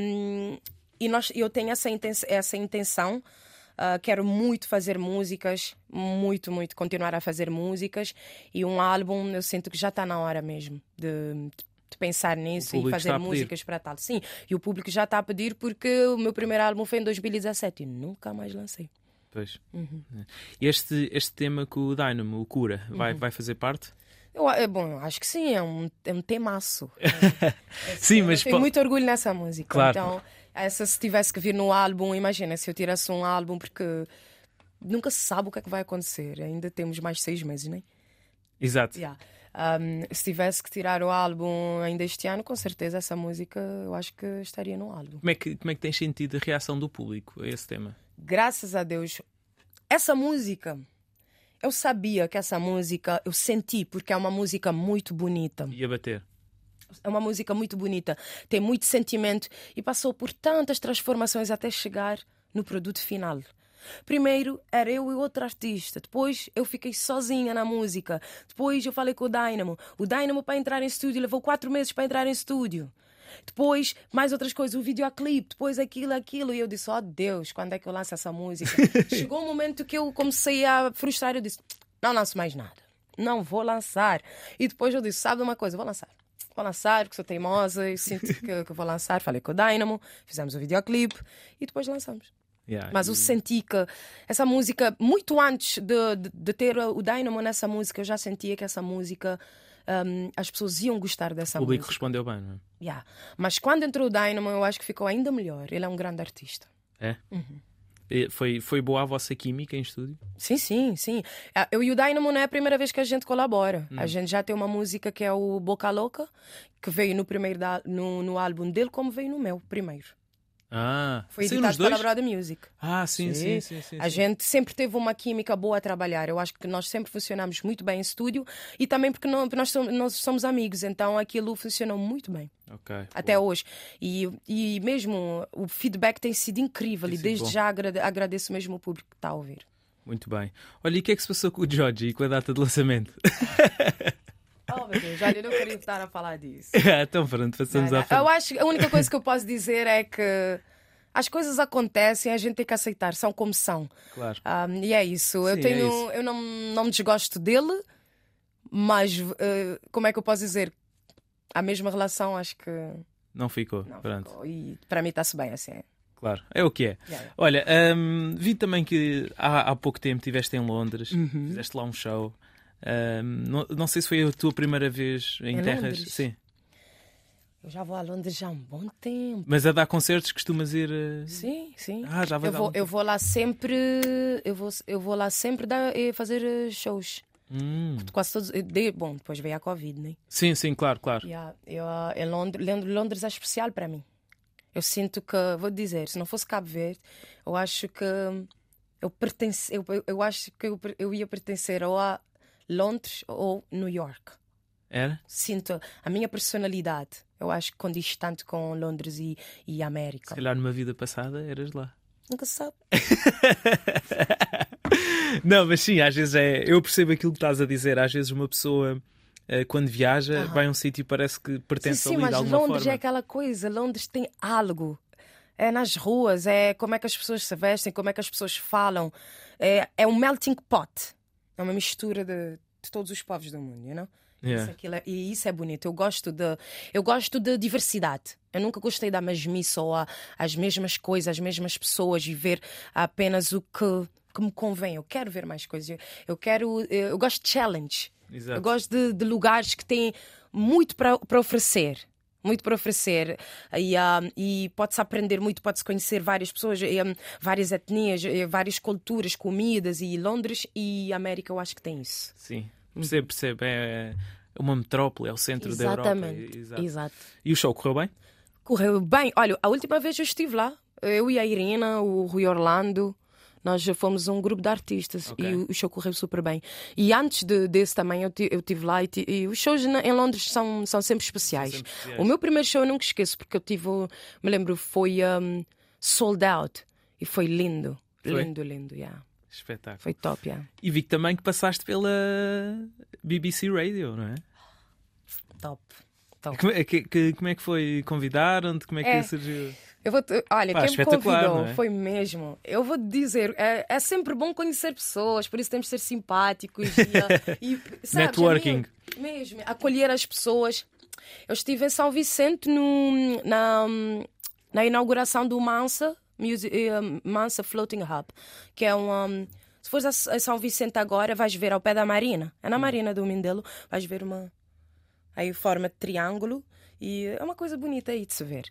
eu tenho essa intenção. Quero muito fazer músicas, muito continuar a fazer músicas, e um álbum eu sinto que já está na hora mesmo de pensar nisso e fazer músicas para tal. Sim, e o público já está a pedir, porque o meu primeiro álbum foi em 2017 e nunca mais lancei. Pois. Este tema com o Dynamo, o Cura, vai fazer parte? Bom, acho que sim, é um temaço. Sim, mas tenho muito orgulho nessa música. Claro. Então, se tivesse que vir no álbum, imagina se eu tirasse um álbum, porque nunca se sabe o que é que vai acontecer. Ainda temos mais 6 meses, não é? Exato. Se tivesse que tirar o álbum ainda este ano, com certeza essa música eu acho que estaria no álbum. Como é que tens sentido a reação do público a esse tema? Graças a Deus. Essa música, eu sabia que essa música, eu senti, porque é uma música muito bonita. Ia bater. É uma música muito bonita, tem muito sentimento e passou por tantas transformações até chegar no produto final. Primeiro era eu e outro artista, depois eu fiquei sozinha na música, depois eu falei com o Dynamo. O Dynamo, para entrar em estúdio, levou 4 meses para entrar em estúdio. Depois, mais outras coisas, o videoclipe, depois aquilo. E eu disse, oh Deus, quando é que eu lanço essa música? Chegou um momento que eu comecei a frustrar. Eu disse, não lanço mais nada. Não vou lançar. E depois eu disse, sabe uma coisa? Vou lançar, porque sou teimosa. Eu sinto que vou lançar. Falei com o Dynamo, fizemos o videoclipe e depois lançamos. Mas eu senti que essa música, muito antes de ter o Dynamo nessa música, eu já sentia que essa música, as pessoas iam gostar dessa música. O público respondeu bem, não é? Mas quando entrou o Dynamo, eu acho que ficou ainda melhor. Ele é um grande artista. É? Foi boa a vossa química em estúdio? Sim. Eu e o Dynamo não é a primeira vez que a gente colabora. A gente já tem uma música que é o Boca Louca, que veio no primeiro no álbum dele, como veio no meu primeiro. Foi editado pela Brother Music. Sim. A gente sempre teve uma química boa a trabalhar. Eu acho que nós sempre funcionamos muito bem em estúdio e também porque nós somos amigos, então aquilo funcionou muito bem. Até hoje. E mesmo o feedback tem sido incrível e desde já agradeço mesmo o público que está a ouvir. Muito bem. Olha, e o que é que se passou com o Georgie e com a data de lançamento? Oh meu Deus, olha, eu não queria estar a falar disso. Então pronto, passamos à frente. Eu acho que a única coisa que eu posso dizer é que as coisas acontecem, a gente tem que aceitar, são como são. Claro. E é isso. Sim, Eu não me desgosto dele, mas como é que eu posso dizer? A mesma relação, acho que não ficou. Pronto. Ficou. E para mim está-se bem assim. Claro, é o que é. Olha, vi também que há pouco tempo estiveste em Londres, fizeste lá um show. Não sei se foi a tua primeira vez em terras. Londres? Sim. Eu já vou a Londres já há um bom tempo. Mas a dar concertos costumas ir? Sim. Já vai eu vou lá sempre. Eu vou lá sempre fazer shows. Quase todos. Bom, depois veio a Covid, né? Sim, claro. Londres é especial para mim. Eu sinto que, vou dizer, se não fosse Cabo Verde, eu acho que eu acho que eu ia pertencer ou a Londres ou New York. Era? Sinto a minha personalidade. Eu acho que condiz tanto com Londres e América. Se calhar numa vida passada eras lá. Nunca se sabe. Não, mas sim, às vezes eu percebo aquilo que estás a dizer. Às vezes uma pessoa, quando viaja, vai a um sítio e parece que pertence ali de alguma forma. Mas Londres é aquela coisa. Londres tem algo. É nas ruas, é como é que as pessoas se vestem, como é que as pessoas falam. É um melting pot. É uma mistura de todos os povos do mundo, you know? E isso é bonito. Eu gosto de diversidade. Eu nunca gostei da mesmice ou as mesmas coisas, as mesmas pessoas e ver apenas o que me convém. Eu quero ver mais coisas. Eu gosto de challenge. Exato. Eu gosto de lugares que têm muito para oferecer. Muito para oferecer e pode-se aprender muito, pode-se conhecer várias pessoas, várias etnias, várias culturas, comidas. E Londres e América eu acho que tem isso. Sim, percebo. É uma metrópole, é o centro da Europa. Exato. E o show correu bem? Correu bem. Olha, a última vez eu estive lá, eu e a Irina, o Rui Orlando, nós já fomos um grupo de artistas e o show correu super bem. E antes desse também eu estive lá e os shows em Londres são sempre especiais. O meu primeiro show eu nunca esqueço, porque me lembro, foi sold out e foi lindo. Foi? Lindo, Espetáculo. Foi top, E vi também que passaste pela BBC Radio, não é? Top. Como é que foi? Convidaram-te? Como é que surgiu? Olha, quem me convidou não é? foi mesmo. Eu vou te dizer, é sempre bom conhecer pessoas, por isso temos de ser simpáticos e sabes, networking. Mesmo, acolher as pessoas. Eu estive em São Vicente na inauguração do Mansa Floating Hub, que é se fores a São Vicente agora, vais ver ao pé da Marina. É na Marina do Mindelo, vais ver aí forma de triângulo e é uma coisa bonita aí de se ver.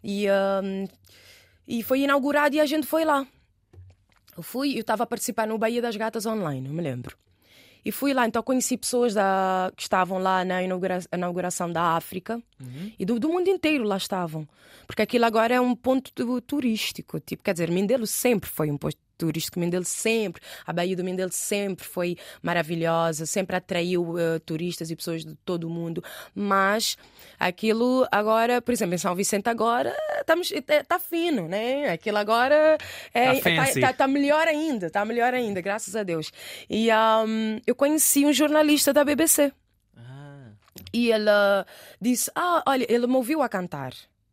E foi inaugurado e a gente foi lá. Eu estava a participar no Baía das Gatas online, eu me lembro. E fui lá, então conheci pessoas que estavam lá na inauguração da África e do mundo inteiro lá estavam. Porque aquilo agora é um ponto turístico. Tipo, quer dizer, Mindelo sempre foi um ponto turístico. Mindelo sempre, a Baía do Mindelo sempre foi maravilhosa, sempre atraiu turistas e pessoas de todo o mundo. Mas aquilo agora, por exemplo, em São Vicente agora está fino, né? Aquilo agora está melhor ainda, graças a Deus. E eu conheci um jornalista da BBC. E ele disse, olha, ele me ouviu a cantar.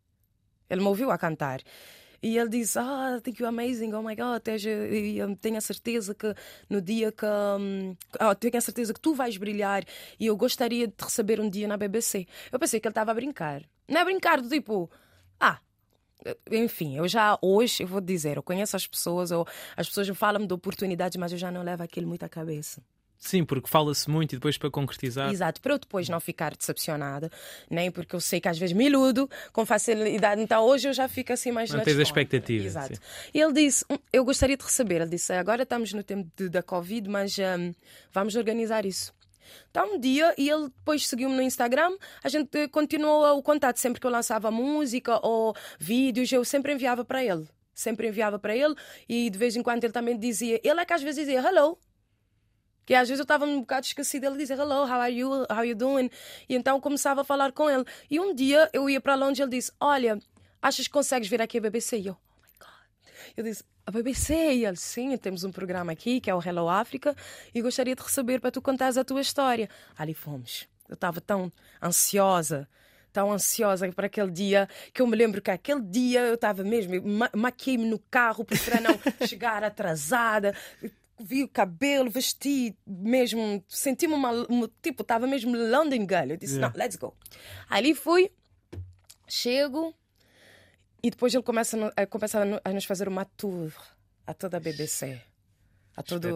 E ele disse, I think you're amazing, oh my God, tenho a certeza que no dia que... tenho a certeza que tu vais brilhar e eu gostaria de te receber um dia na BBC. Eu pensei que ele estava a brincar. Não é brincar do tipo... Enfim, hoje eu vou dizer, eu conheço as pessoas me falam de oportunidades, mas eu já não levo aquilo muito à cabeça. Sim, porque fala-se muito e depois para concretizar. Exato, para eu depois não ficar decepcionada, nem porque eu sei que às vezes me iludo com facilidade, então hoje eu já fico assim mais na tens a expectativa. Exato. Sim. E ele disse, eu gostaria de receber, ele disse, agora estamos no tempo da Covid, mas vamos organizar isso. Então um dia, e ele depois seguiu-me no Instagram, a gente continuou o contato, sempre que eu lançava música ou vídeos, eu sempre enviava para ele, e de vez em quando ele também dizia, ele é que às vezes dizia hello, que às vezes eu estava um bocado esquecida, ele dizia hello, how are you doing? E então começava a falar com ele. E um dia eu ia para Londres e ele disse, olha, achas que consegues vir aqui à BBC? E eu, oh my God. Eu disse, a BBC? E ele, sim, temos um programa aqui que é o Hello África e gostaria de receber para tu contares a tua história. Ali fomos. Eu estava tão ansiosa para aquele dia, que eu me lembro que aquele dia eu estava mesmo, maquiei-me no carro para não chegar atrasada. Vi o cabelo, vesti mesmo, senti-me tipo, estava mesmo London Girl. Eu disse, não, let's go. Ali fui, chego e depois ele começa a nos fazer uma tour a toda a BBC, a todo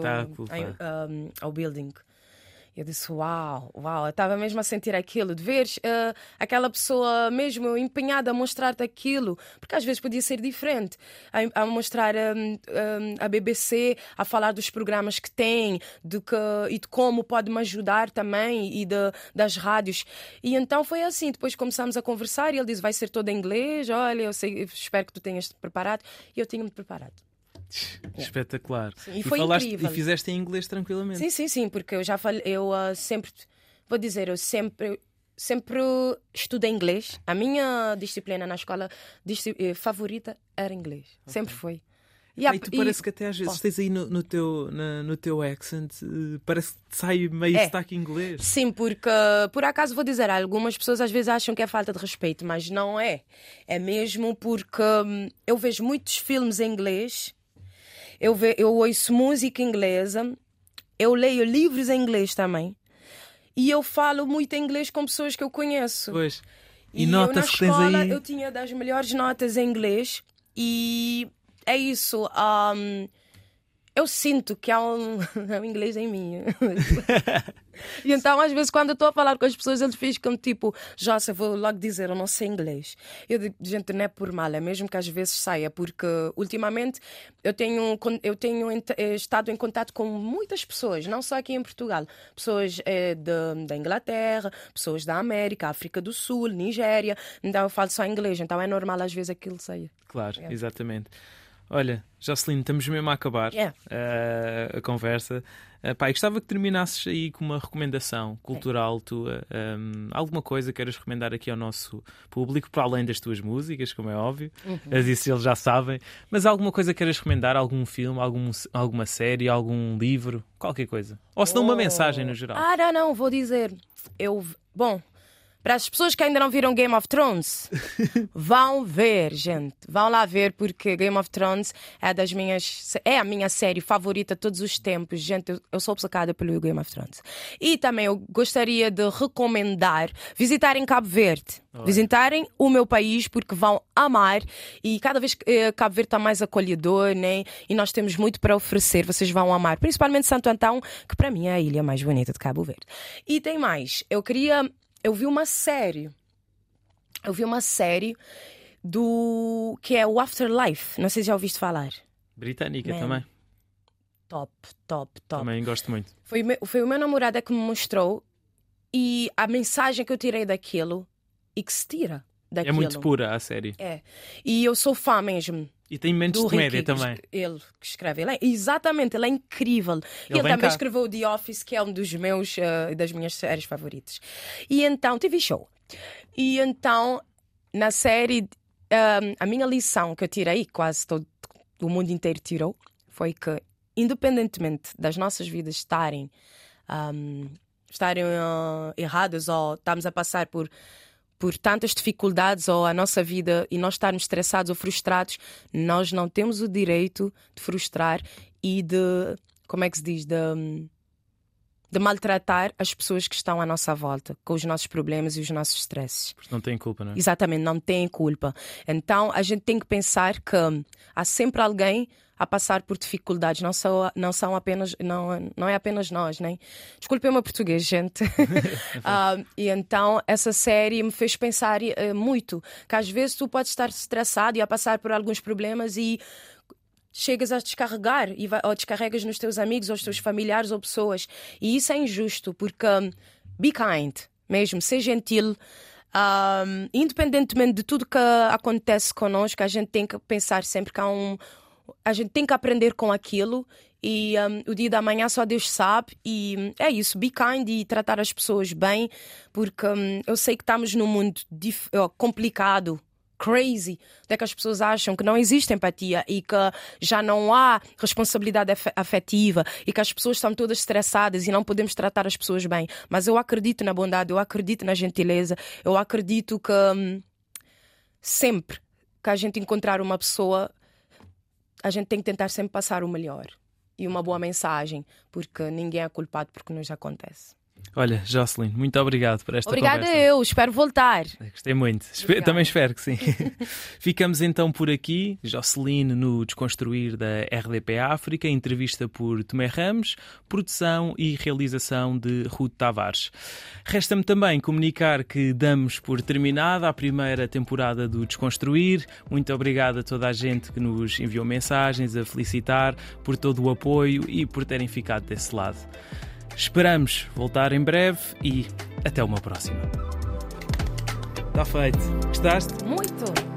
ao building. Eu disse, uau, eu estava mesmo a sentir aquilo, de ver aquela pessoa mesmo empenhada a mostrar-te aquilo, porque às vezes podia ser diferente, a mostrar a BBC, a falar dos programas que tem, e de como pode me ajudar também, e das rádios. E então foi assim, depois começámos a conversar e ele disse, vai ser todo em inglês, olha, eu espero que tu tenhas preparado. E eu tinha-me preparado. Espetacular. Sim, e foi incrível. E fizeste em inglês tranquilamente. Sim, porque eu já falei, eu sempre, vou dizer, eu sempre estudei inglês. A disciplina na escola favorita era inglês. Okay. Sempre foi. E tu parece que até às vezes tens aí no teu accent, parece que sai meio sotaque inglês. Sim, porque por acaso vou dizer, algumas pessoas às vezes acham que é falta de respeito, mas não é. É mesmo porque eu vejo muitos filmes em inglês. Eu ouço música inglesa, eu leio livros em inglês também e eu falo muito inglês com pessoas que eu conheço. Pois. E nota-se que tens aí... Na escola eu tinha das melhores notas em inglês e é isso. Eu sinto que há um inglês em mim. E então, às vezes, quando eu estou a falar com as pessoas, eles ficam tipo, Jossa, vou logo dizer, eu não sei inglês. Eu digo, gente, não é por mal, é mesmo que às vezes saia, porque ultimamente eu tenho estado em contato com muitas pessoas, não só aqui em Portugal, pessoas da Inglaterra, pessoas da América, África do Sul, Nigéria, então eu falo só inglês, então é normal às vezes aquilo saia. Claro, exatamente. Olha, Jocelyn, estamos mesmo a acabar a conversa. Gostava que terminasses aí com uma recomendação cultural tua, alguma coisa que queiras recomendar aqui ao nosso público, para além das tuas músicas, como é óbvio, isso eles já sabem, mas alguma coisa que queiras recomendar, algum filme, alguma série, algum livro, qualquer coisa. Ou se não uma mensagem no geral. Não, vou dizer. Para as pessoas que ainda não viram Game of Thrones, vão ver, gente. Vão lá ver, porque Game of Thrones é a minha série favorita de todos os tempos. Gente, eu sou obcecada pelo Game of Thrones. E também eu gostaria de recomendar visitarem Cabo Verde. Visitarem o meu país, porque vão amar. E cada vez que Cabo Verde está mais acolhedor, né? E nós temos muito para oferecer, vocês vão amar. Principalmente Santo Antão, que para mim é a ilha mais bonita de Cabo Verde. E tem mais. Eu vi uma série que é o Afterlife. Não sei se já ouviste falar. Britânica também. Top. Também gosto muito. Foi o meu namorado que me mostrou, e a mensagem que eu tirei daquilo e que se tira daquilo. É muito pura a série. É. E eu sou fã mesmo. E tem momentos de comédia também. Ele que escreve. Exatamente, ele é incrível. Ele também escreveu The Office, que é um dos das minhas séries favoritas. E então, TV show. E então, na série, a minha lição que eu tirei, quase todo o mundo inteiro tirou, foi que, independentemente das nossas vidas estarem estarem erradas, ou estamos a passar por tantas dificuldades, ou a nossa vida, e nós estarmos estressados ou frustrados, nós não temos o direito de frustrar e de, como é que se diz, de maltratar as pessoas que estão à nossa volta, com os nossos problemas e os nossos stresses. Porque não têm culpa, não é? Exatamente, não têm culpa. Então a gente tem que pensar que há sempre alguém a passar por dificuldades, não é apenas nós, né? Desculpem o meu português, gente. E então essa série me fez pensar muito, que às vezes tu podes estar estressado e a passar por alguns problemas e chegas a descarregar ou descarregas nos teus amigos ou os teus familiares ou pessoas, e isso é injusto, porque be kind mesmo, ser gentil. Independentemente de tudo que acontece connosco, a gente tem que pensar sempre que a gente tem que aprender com aquilo, e o dia da manhã só Deus sabe, e é isso, be kind e tratar as pessoas bem, porque eu sei que estamos num mundo complicado, crazy, onde é que as pessoas acham que não existe empatia e que já não há responsabilidade afetiva e que as pessoas estão todas estressadas e não podemos tratar as pessoas bem. Mas eu acredito na bondade, eu acredito na gentileza, eu acredito que sempre que a gente encontrar uma pessoa, a gente tem que tentar sempre passar o melhor e uma boa mensagem, porque ninguém é culpado porque nos acontece. Olha, Jocelyn, muito obrigado por esta Obrigada conversa. eu, espero voltar. Gostei muito. Também espero que sim. Ficamos então por aqui. Jocelyn no Desconstruir da RDP África, entrevista por Tomé Ramos, produção e realização de Ruth Tavares. Resta-me também comunicar que damos por terminada a primeira temporada do Desconstruir. Muito obrigado a toda a gente que nos enviou mensagens a felicitar por todo o apoio e por terem ficado desse lado. Esperamos voltar em breve e até uma próxima. Está feito. Gostaste? Muito!